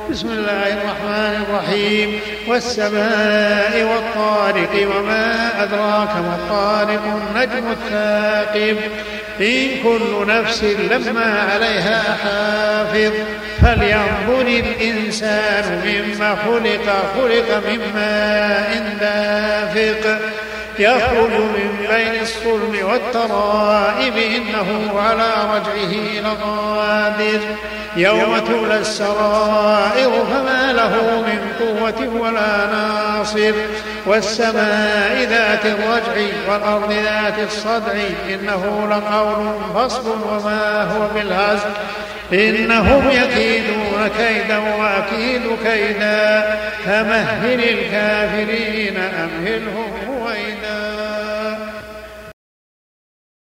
بسم الله الرحمن الرحيم. والسماء والطارق وما أدراك ما الطارق النجم الثاقب إن كل نفس لما عليها حافظ فلينظر الإنسان مما خلق من ماء دافق يخرج من بين الصلب والترائب إنه على رجعه لقادر يوم تبلى السرائر فما له من قوة ولا ناصر والسماء ذات الرجع والأرض ذات الصدع إنه لقول فصل وما هو بالهزل إنهم يكيدون كيدا وأكيد كيدا فمهل الكافرين أمهلهم